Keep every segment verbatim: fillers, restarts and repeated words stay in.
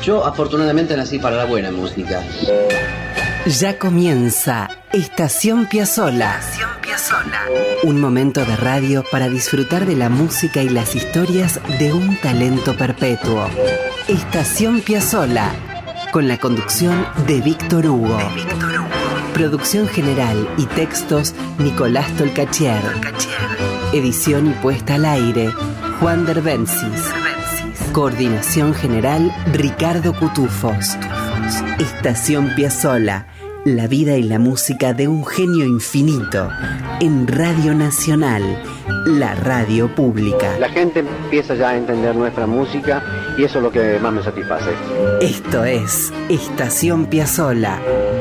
Yo afortunadamente nací para la buena música. Ya comienza Estación Piazzolla. Estación Piazzolla. Un momento de radio para disfrutar de la música y las historias de un talento perpetuo. Estación Piazzolla, con la conducción de Víctor Hugo. De Víctor Hugo. Producción general y textos Nicolás Tolcachier. Edición y puesta al aire Juan Derbencis. Coordinación general Ricardo Cutufos. Estación Piazzolla, la vida y la música de un genio infinito, en Radio Nacional, la radio pública. La gente empieza ya a entender nuestra música y eso es lo que más me satisface. Esto es Estación Piazzolla.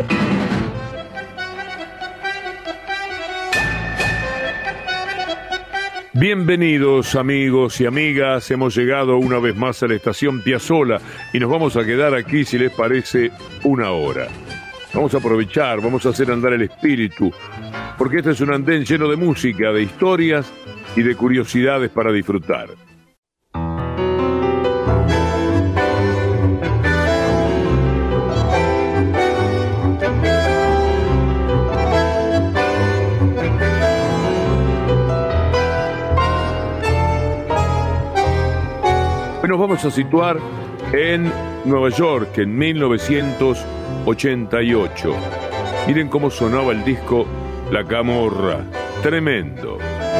Bienvenidos amigos y amigas, hemos llegado una vez más a la Estación Piazzolla y nos vamos a quedar aquí, si les parece, una hora. Vamos a aprovechar, vamos a hacer andar el espíritu, porque este es un andén lleno de música, de historias y de curiosidades para disfrutar. Nos vamos a situar en Nueva York en mil novecientos ochenta y ocho. Miren cómo sonaba el disco La Camorra. Tremendo.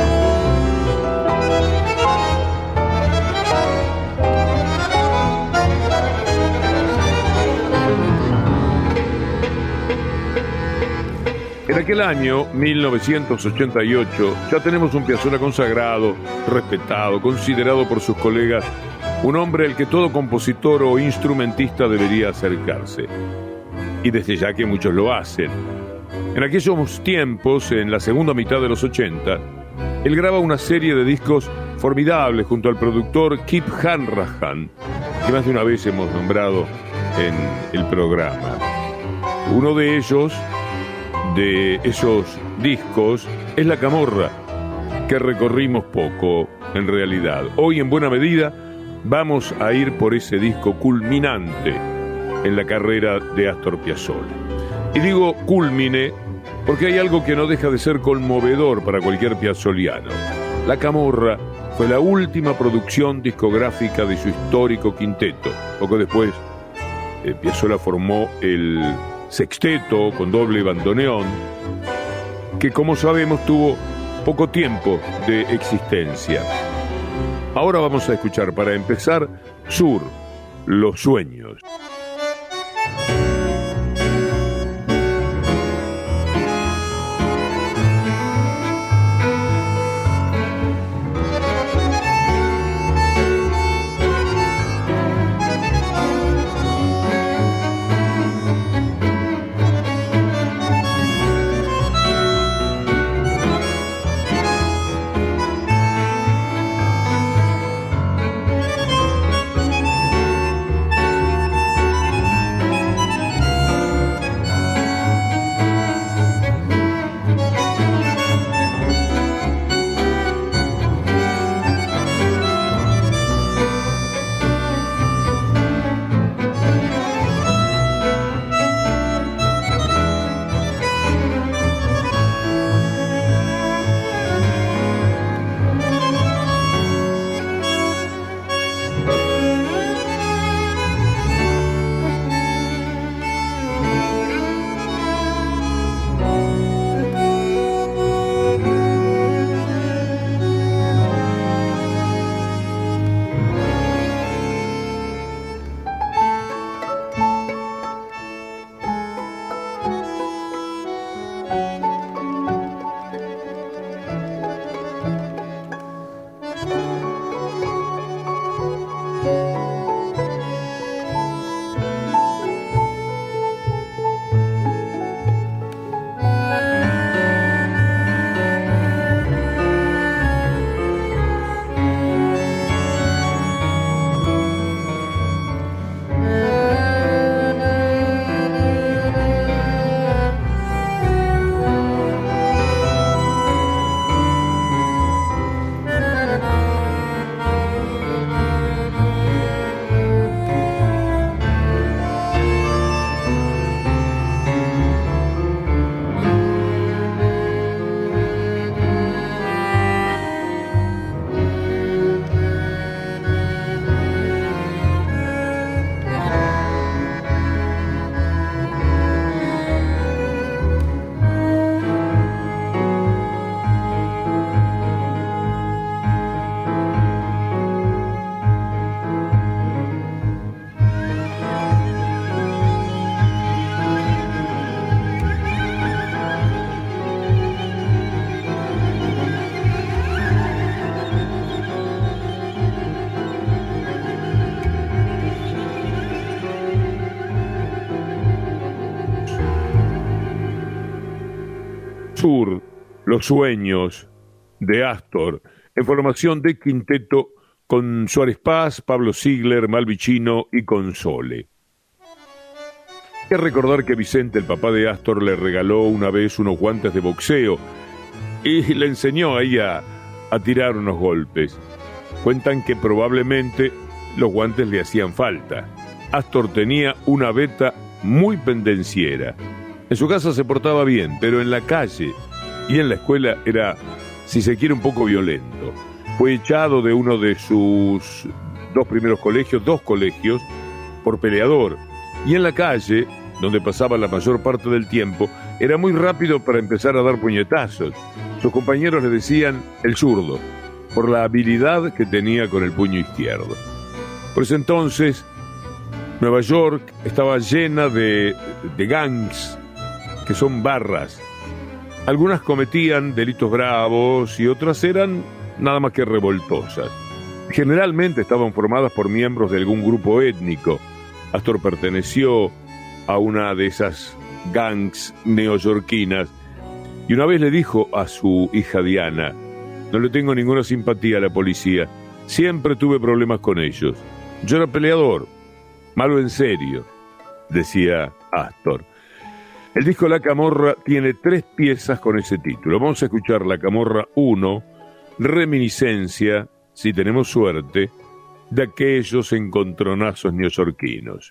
En aquel año, mil novecientos ochenta y ocho, ya tenemos un Piazzolla consagrado, respetado, considerado por sus colegas un hombre al que todo compositor o instrumentista debería acercarse. Y desde ya que muchos lo hacen. En aquellos tiempos, en la segunda mitad de los ochenta, él graba una serie de discos formidables junto al productor Kip Hanrahan, que más de una vez hemos nombrado en el programa. Uno de ellos, de esos discos, es La Camorra, que recorrimos poco, en realidad. Hoy, en buena medida, vamos a ir por ese disco culminante en la carrera de Astor Piazzolla. Y digo culmine porque hay algo que no deja de ser conmovedor para cualquier piazzoliano. La Camorra fue la última producción discográfica de su histórico quinteto. Poco después, eh, Piazzolla formó el sexteto con doble bandoneón, que como sabemos tuvo poco tiempo de existencia. Ahora vamos a escuchar, para empezar, Sur, Los Sueños. Sur, Los Sueños de Astor, en formación de quinteto con Suárez Paz, Pablo Ziegler, Malvicino y Console. Hay que recordar que Vicente, el papá de Astor, le regaló una vez unos guantes de boxeo y le enseñó ahí a, a tirar unos golpes. Cuentan que probablemente los guantes le hacían falta. Astor tenía una beta muy pendenciera. En su casa se portaba bien, pero en la calle y en la escuela era, si se quiere, un poco violento. Fue echado de uno de sus dos primeros colegios, dos colegios, por peleador. Y en la calle, donde pasaba la mayor parte del tiempo, era muy rápido para empezar a dar puñetazos. Sus compañeros le decían el zurdo, por la habilidad que tenía con el puño izquierdo. Por ese entonces, Nueva York estaba llena de, de gangs, que son barras. Algunas cometían delitos bravos y otras eran nada más que revoltosas. Generalmente estaban formadas por miembros de algún grupo étnico. Astor perteneció a una de esas gangs neoyorquinas y una vez le dijo a su hija Diana: no le tengo ninguna simpatía a la policía, siempre tuve problemas con ellos. Yo era peleador, malo en serio, decía Astor. El disco La Camorra tiene tres piezas con ese título. Vamos a escuchar La Camorra uno, reminiscencia, si tenemos suerte, de aquellos encontronazos neoyorquinos.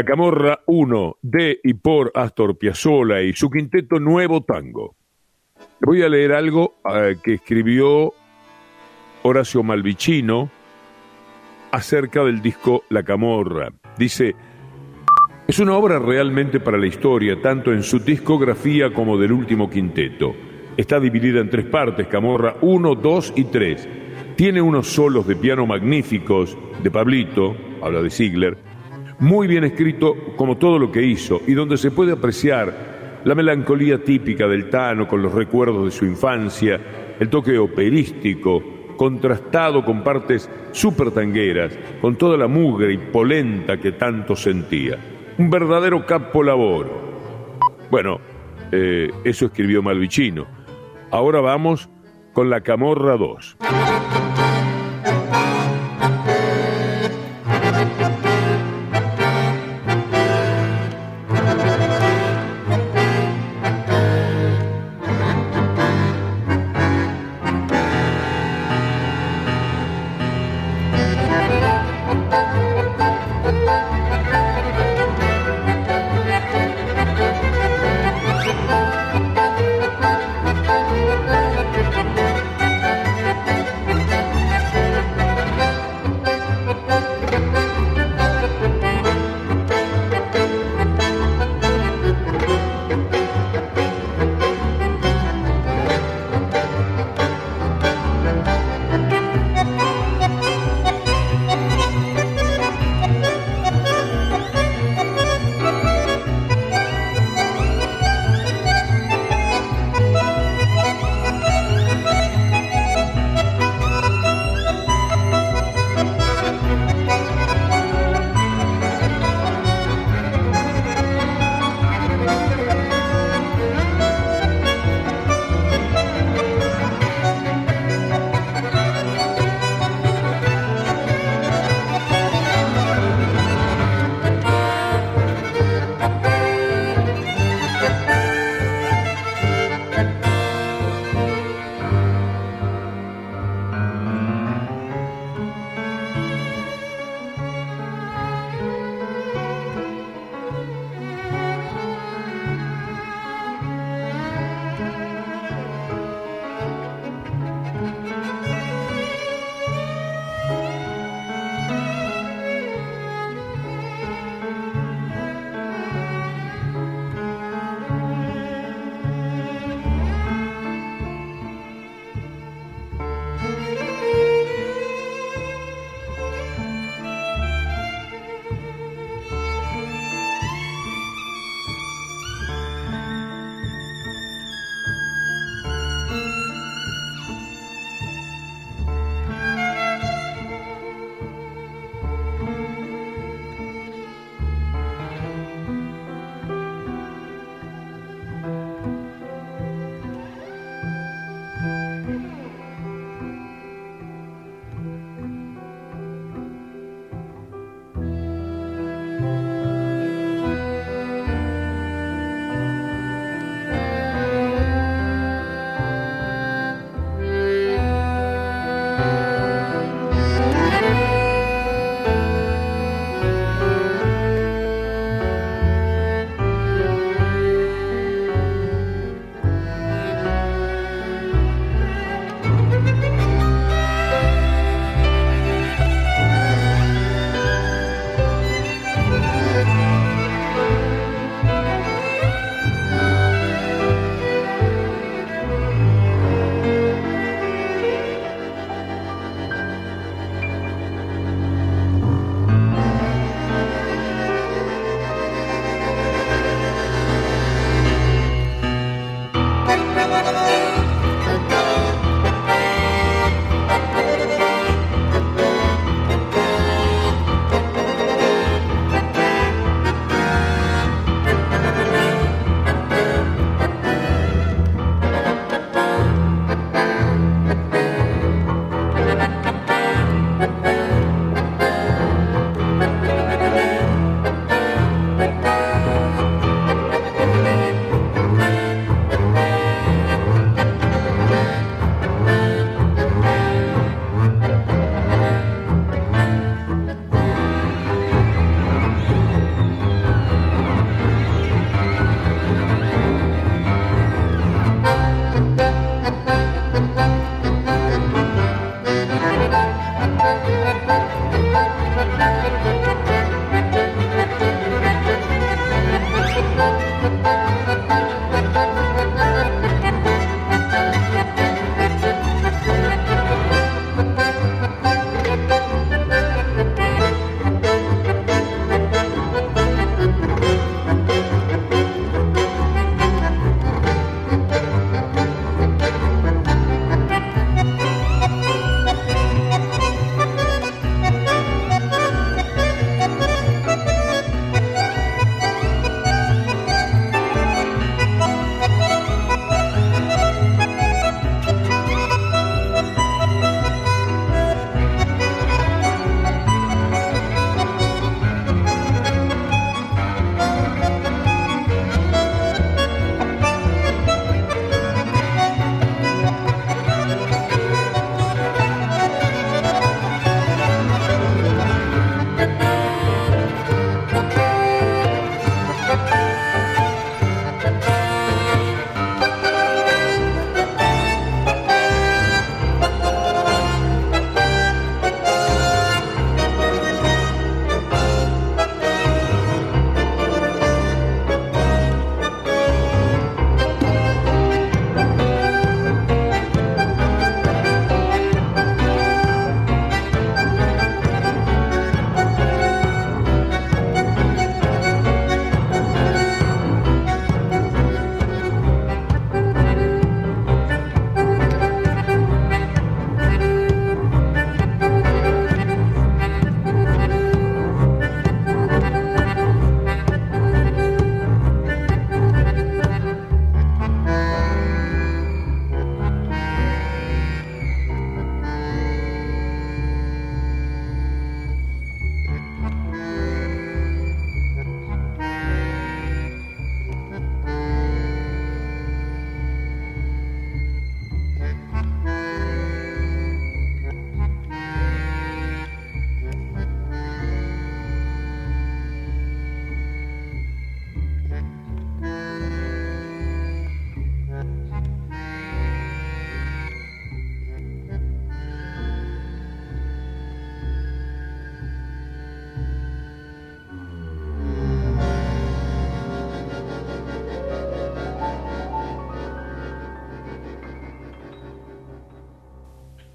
Camorra uno, de y por Astor Piazzolla y su quinteto Nuevo Tango. Voy a leer algo eh, que escribió Horacio Malvicino acerca del disco La Camorra. Dice: es una obra realmente para la historia, tanto en su discografía como del último quinteto. Está dividida en tres partes, Camorra uno, dos y tres. Tiene unos solos de piano magníficos de Pablito, habla de Ziegler, muy bien escrito como todo lo que hizo, y donde se puede apreciar la melancolía típica del Tano con los recuerdos de su infancia, el toque operístico, contrastado con partes súper tangueras, con toda la mugre y polenta que tanto sentía. Un verdadero capolavoro. Bueno, eh, eso escribió Malvicino. Ahora vamos con La Camorra dos.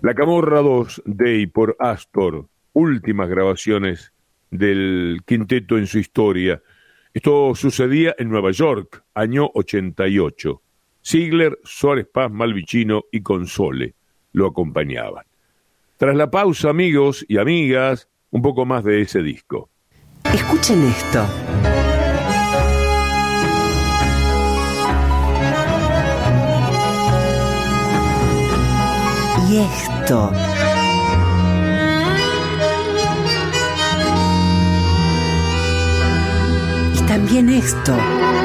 La Camorra dos, Day por Astor, últimas grabaciones del quinteto en su historia. Esto sucedía en Nueva York, año ochenta y ocho. Ziegler, Suárez Paz, Malvicino y Console lo acompañaban. Tras la pausa, amigos y amigas, un poco más de ese disco. Escuchen esto. Y esto. Y también esto.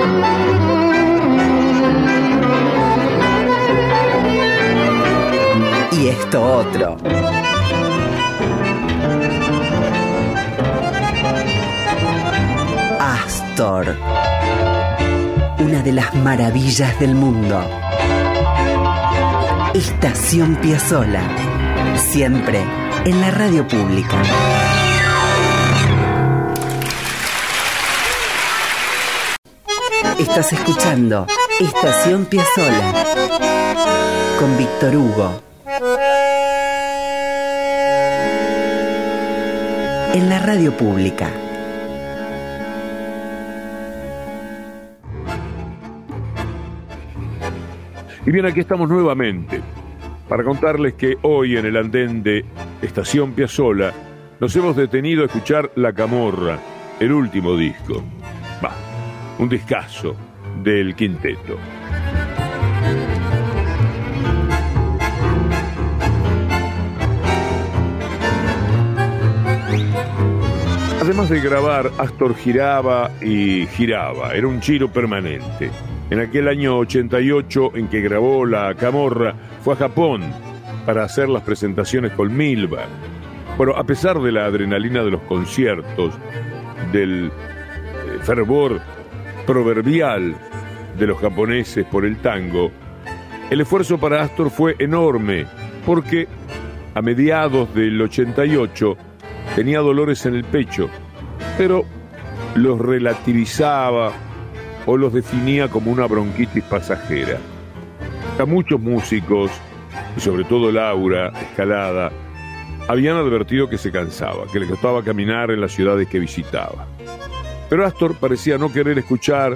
Y esto otro. Astor. Una de las maravillas del mundo. Estación Piazzolla. Siempre en la radio pública. Estás escuchando Estación Piazzolla con Víctor Hugo. En la radio pública. Y bien, aquí estamos nuevamente para contarles que hoy en el andén de Estación Piazzolla nos hemos detenido a escuchar La Camorra, el último disco. Bah, un discazo del quinteto. Además de grabar, Astor giraba y giraba, era un giro permanente. En aquel año ochenta y ocho en que grabó La Camorra, fue a Japón para hacer las presentaciones con Milbar. Bueno, a pesar de la adrenalina de los conciertos, del eh, fervor proverbial de los japoneses por el tango, el esfuerzo para Astor fue enorme, porque a mediados del ochenta y ocho tenía dolores en el pecho, pero los relativizaba o los definía como una bronquitis pasajera. A muchos músicos, y sobre todo Laura Escalada, habían advertido que se cansaba, que le costaba caminar en las ciudades que visitaba. Pero Astor parecía no querer escuchar,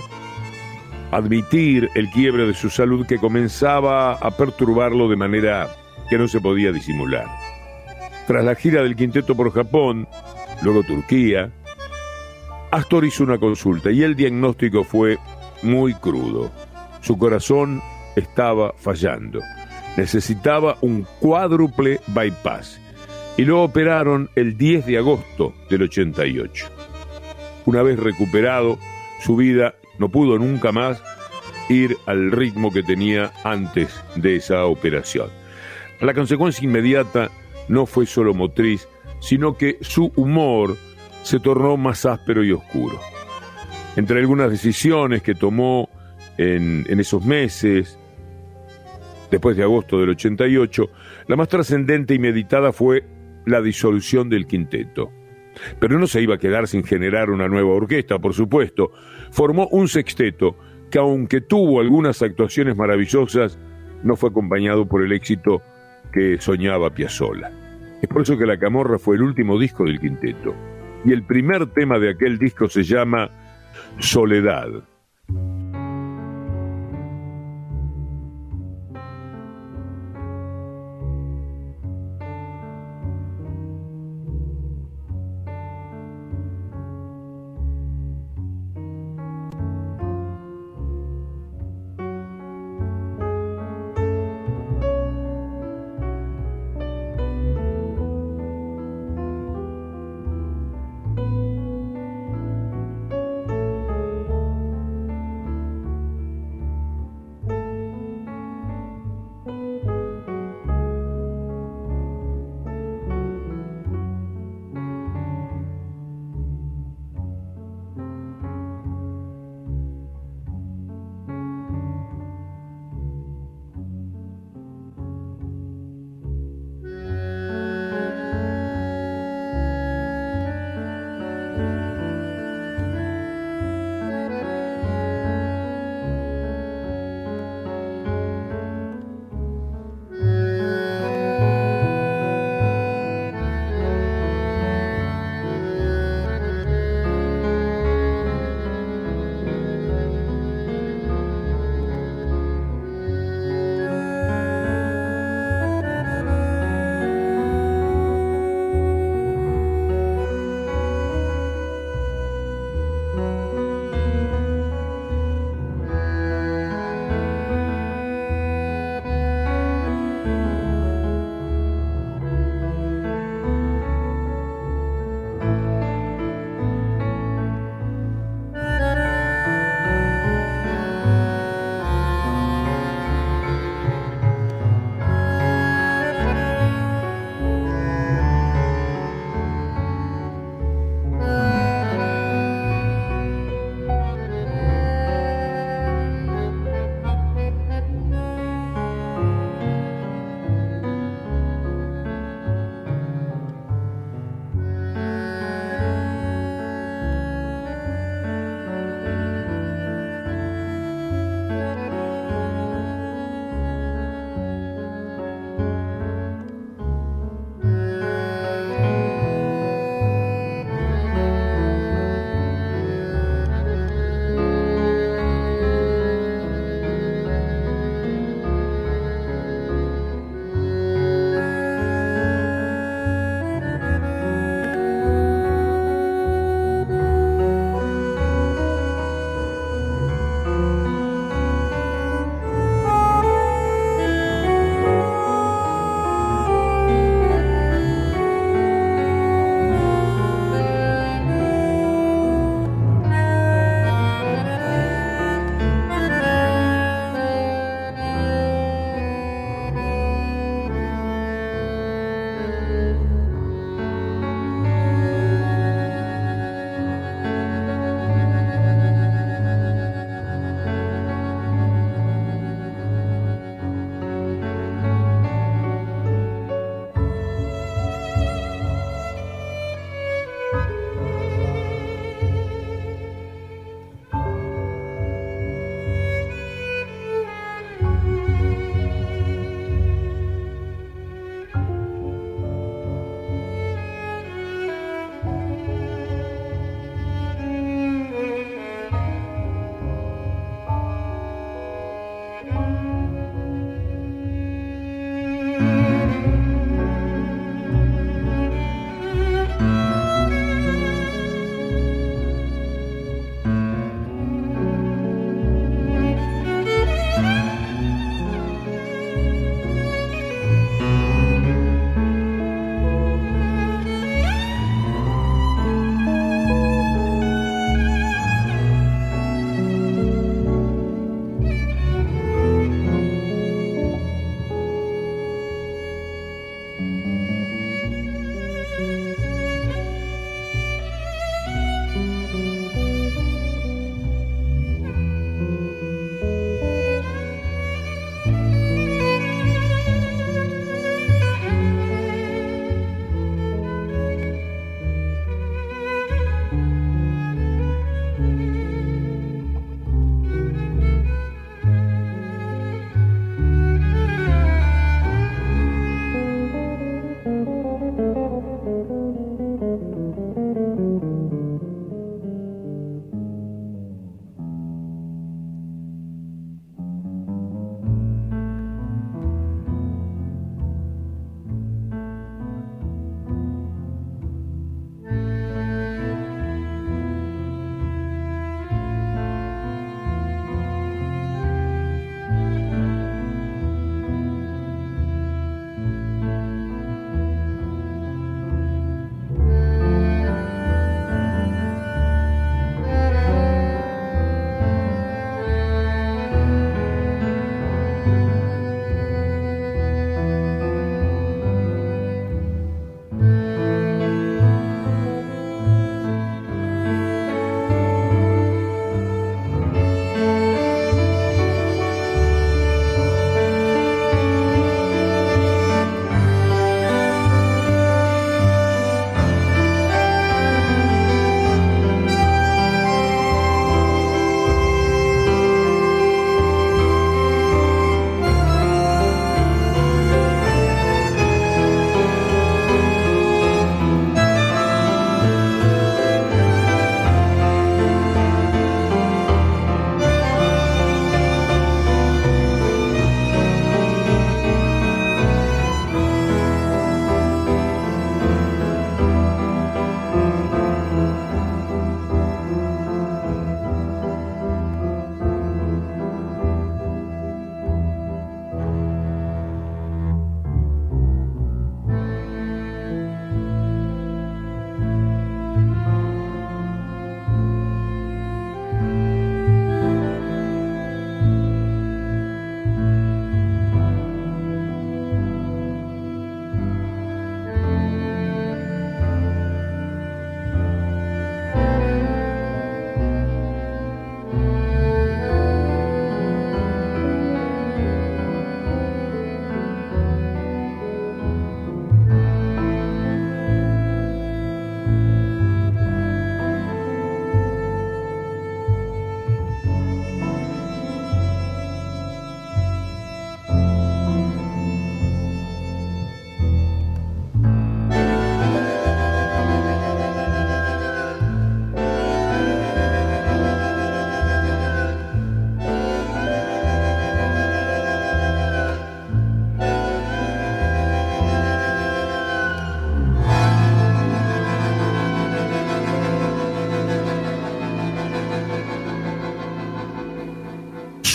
admitir el quiebre de su salud que comenzaba a perturbarlo de manera que no se podía disimular. Tras la gira del quinteto por Japón, luego Turquía, Astor hizo una consulta y el diagnóstico fue muy crudo. Su corazón estaba fallando. Necesitaba un cuádruple bypass y lo operaron el diez de agosto del ochenta y ocho. Una vez recuperado, su vida no pudo nunca más ir al ritmo que tenía antes de esa operación. La consecuencia inmediata no fue solo motriz, sino que su humor se tornó más áspero y oscuro. Entre algunas decisiones que tomó en, en esos meses, después de agosto del ochenta y ocho, la más trascendente y meditada fue la disolución del quinteto. Pero no se iba a quedar sin generar una nueva orquesta, por supuesto. Formó un sexteto que, aunque tuvo algunas actuaciones maravillosas, no fue acompañado por el éxito que soñaba Piazzolla. Es por eso que La Camorra fue el último disco del quinteto. Y el primer tema de aquel disco se llama Soledad.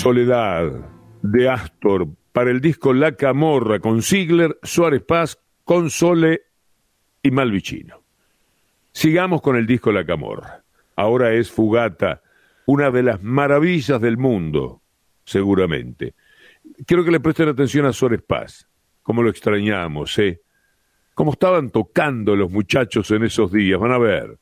Soledad de Astor para el disco La Camorra con Ziegler, Suárez Paz, Console y Malvicino. Sigamos con el disco La Camorra. Ahora es Fugata, una de las maravillas del mundo, seguramente. Quiero que le presten atención a Suárez Paz, cómo lo extrañamos, ¿eh? Cómo estaban tocando los muchachos en esos días, van a ver.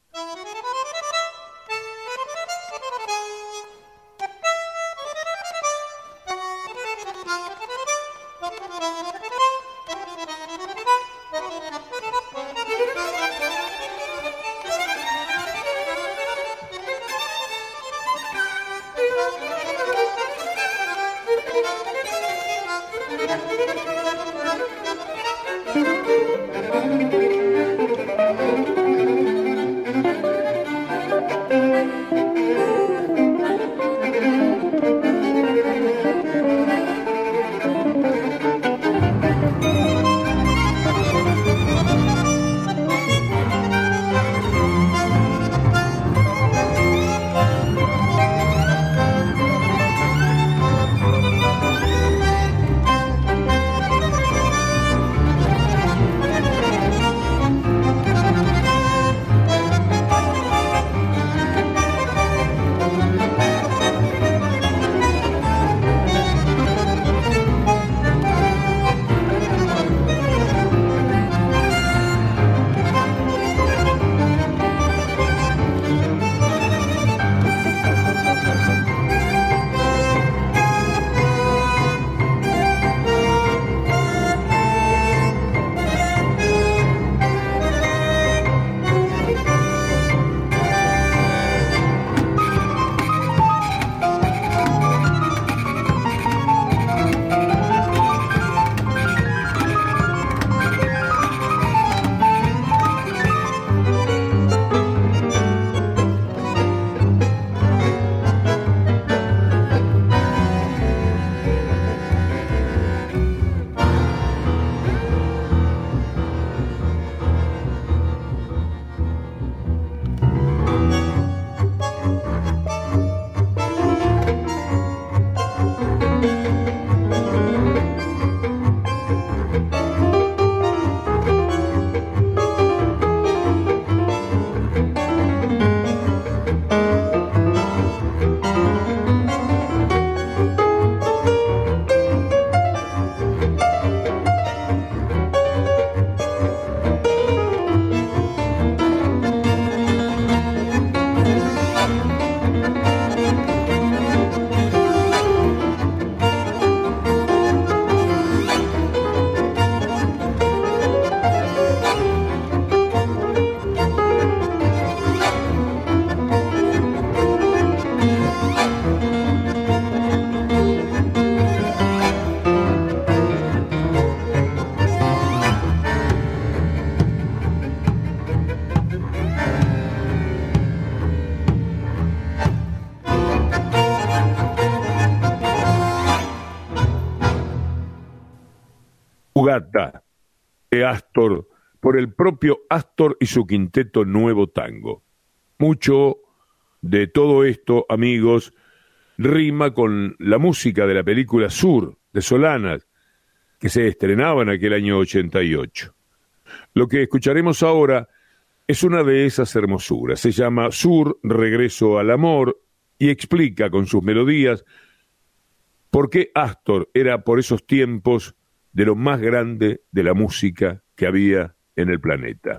Fugata de Astor, por el propio Astor y su quinteto Nuevo Tango. Mucho de todo esto, amigos, rima con la música de la película Sur, de Solanas, que se estrenaba en aquel año ochenta y ocho. Lo que escucharemos ahora es una de esas hermosuras. Se llama Sur, Regreso al Amor, y explica con sus melodías por qué Astor era por esos tiempos de lo más grande de la música que había en el planeta.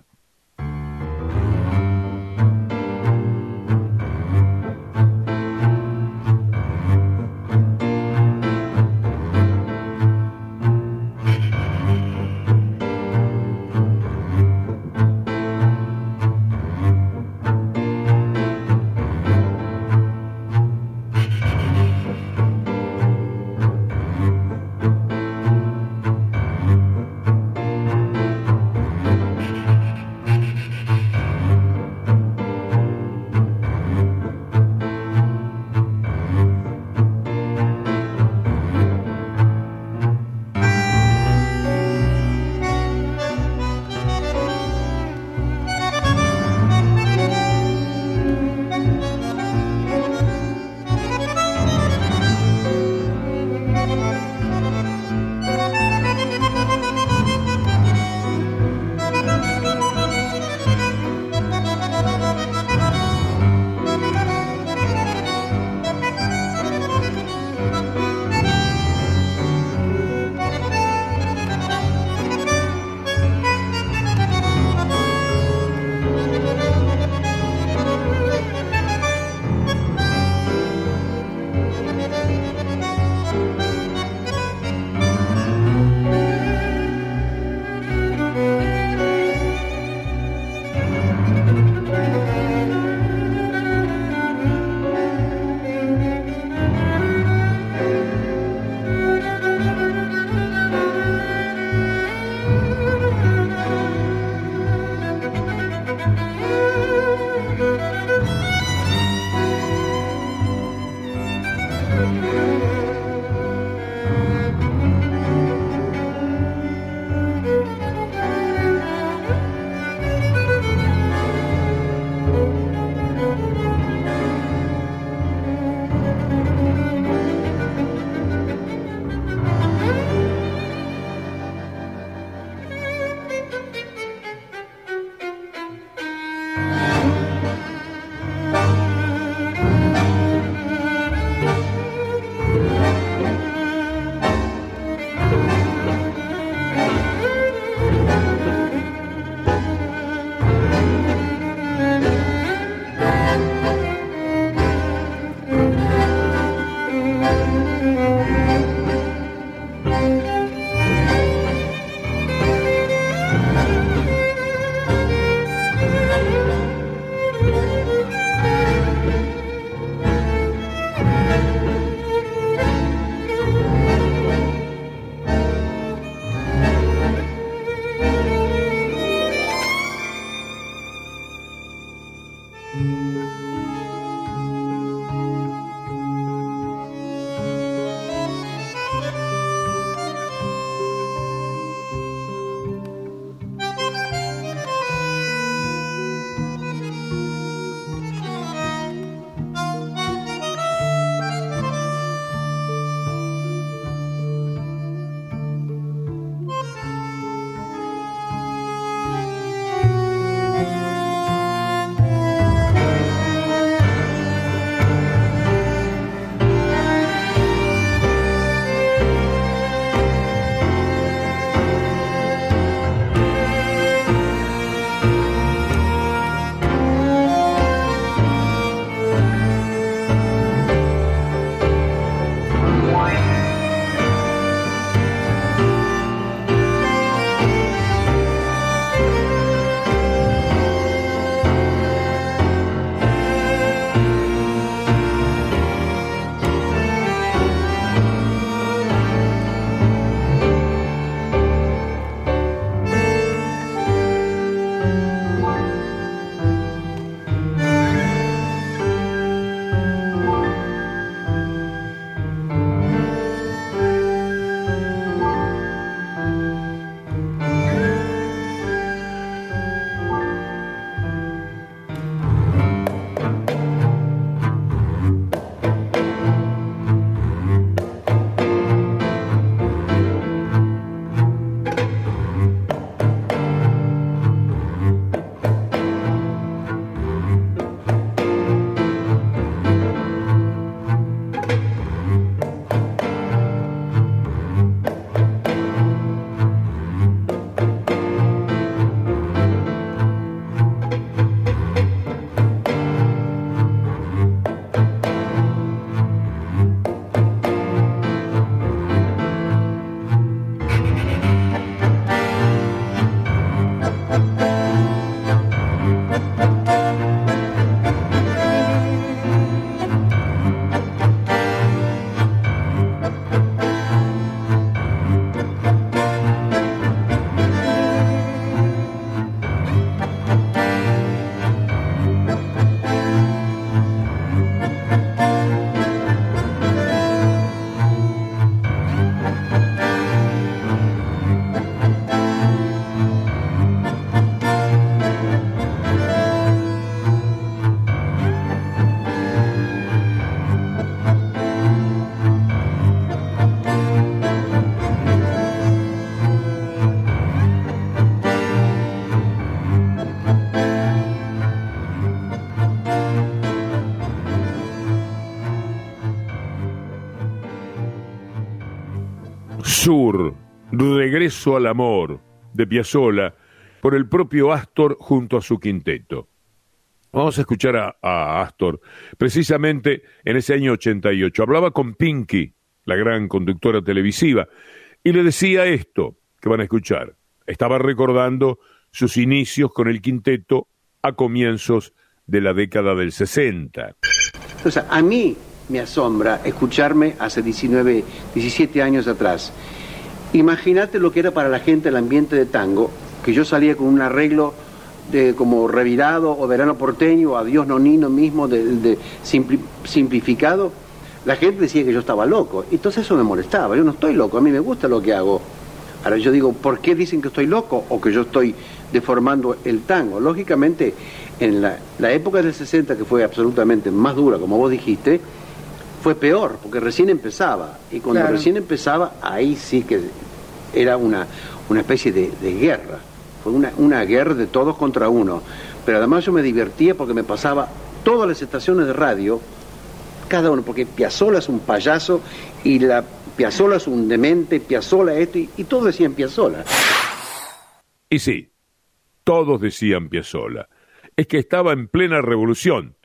Regreso al amor, de Piazzolla, por el propio Astor junto a su quinteto. Vamos a escuchar a, a Astor, precisamente en ese año ochenta y ocho. Hablaba con Pinky, la gran conductora televisiva, y le decía esto que van a escuchar. Estaba recordando sus inicios con el quinteto a comienzos de la década del sesenta. Entonces, a mí me asombra escucharme hace diecinueve, diecisiete años atrás. Imagínate lo que era para la gente el ambiente de tango, que yo salía con un arreglo de, como revirado o verano porteño o adiós nonino mismo de, de simpli, simplificado. La gente decía que yo estaba loco, entonces eso me molestaba. Yo no estoy loco, a mí me gusta lo que hago. Ahora yo digo, ¿por qué dicen que estoy loco o que yo estoy deformando el tango? Lógicamente, en la, la época del sesenta, que fue absolutamente más dura, como vos dijiste, fue peor, porque recién empezaba. Y cuando claro. recién empezaba, ahí sí que era una, una especie de, de guerra. Fue una, una guerra de todos contra uno. Pero además yo me divertía porque me pasaba todas las estaciones de radio, cada uno, porque Piazzolla es un payaso y la Piazzolla es un demente, Piazzolla esto, y, y todos decían Piazzolla. Y sí, todos decían Piazzolla. Es que estaba en plena revolución.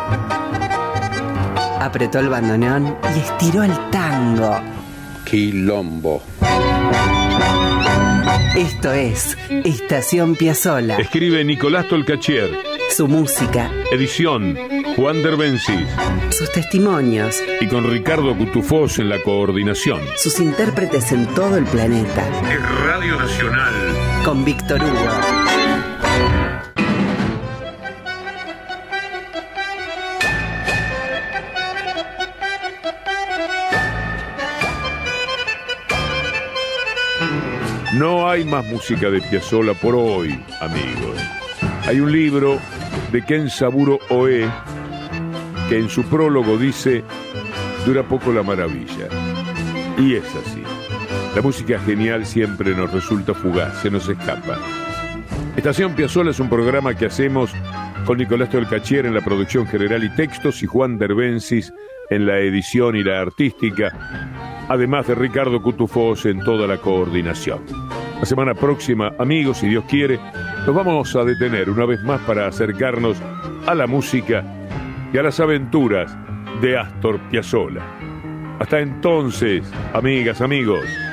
Apretó el bandoneón y estiró el tango. Quilombo. Esto es Estación Piazzolla. Escribe Nicolás Tolcachier. Su música. Edición Juan Derbencis. Sus testimonios. Y con Ricardo Cutufós en la coordinación. Sus intérpretes en todo el planeta. Es Radio Nacional. Con Víctor Hugo. No hay más música de Piazzolla por hoy, amigos. Hay un libro de Kenzaburo Oe que en su prólogo dice: dura poco la maravilla. Y es así. La música genial siempre nos resulta fugaz, se nos escapa. Estación Piazzolla es un programa que hacemos con Nicolás Tolcachier en la producción general y textos y Juan Derbencis en la edición y la artística, además de Ricardo Cutufós en toda la coordinación. La semana próxima, amigos, si Dios quiere, nos vamos a detener una vez más para acercarnos a la música y a las aventuras de Astor Piazzolla. Hasta entonces, amigas, amigos,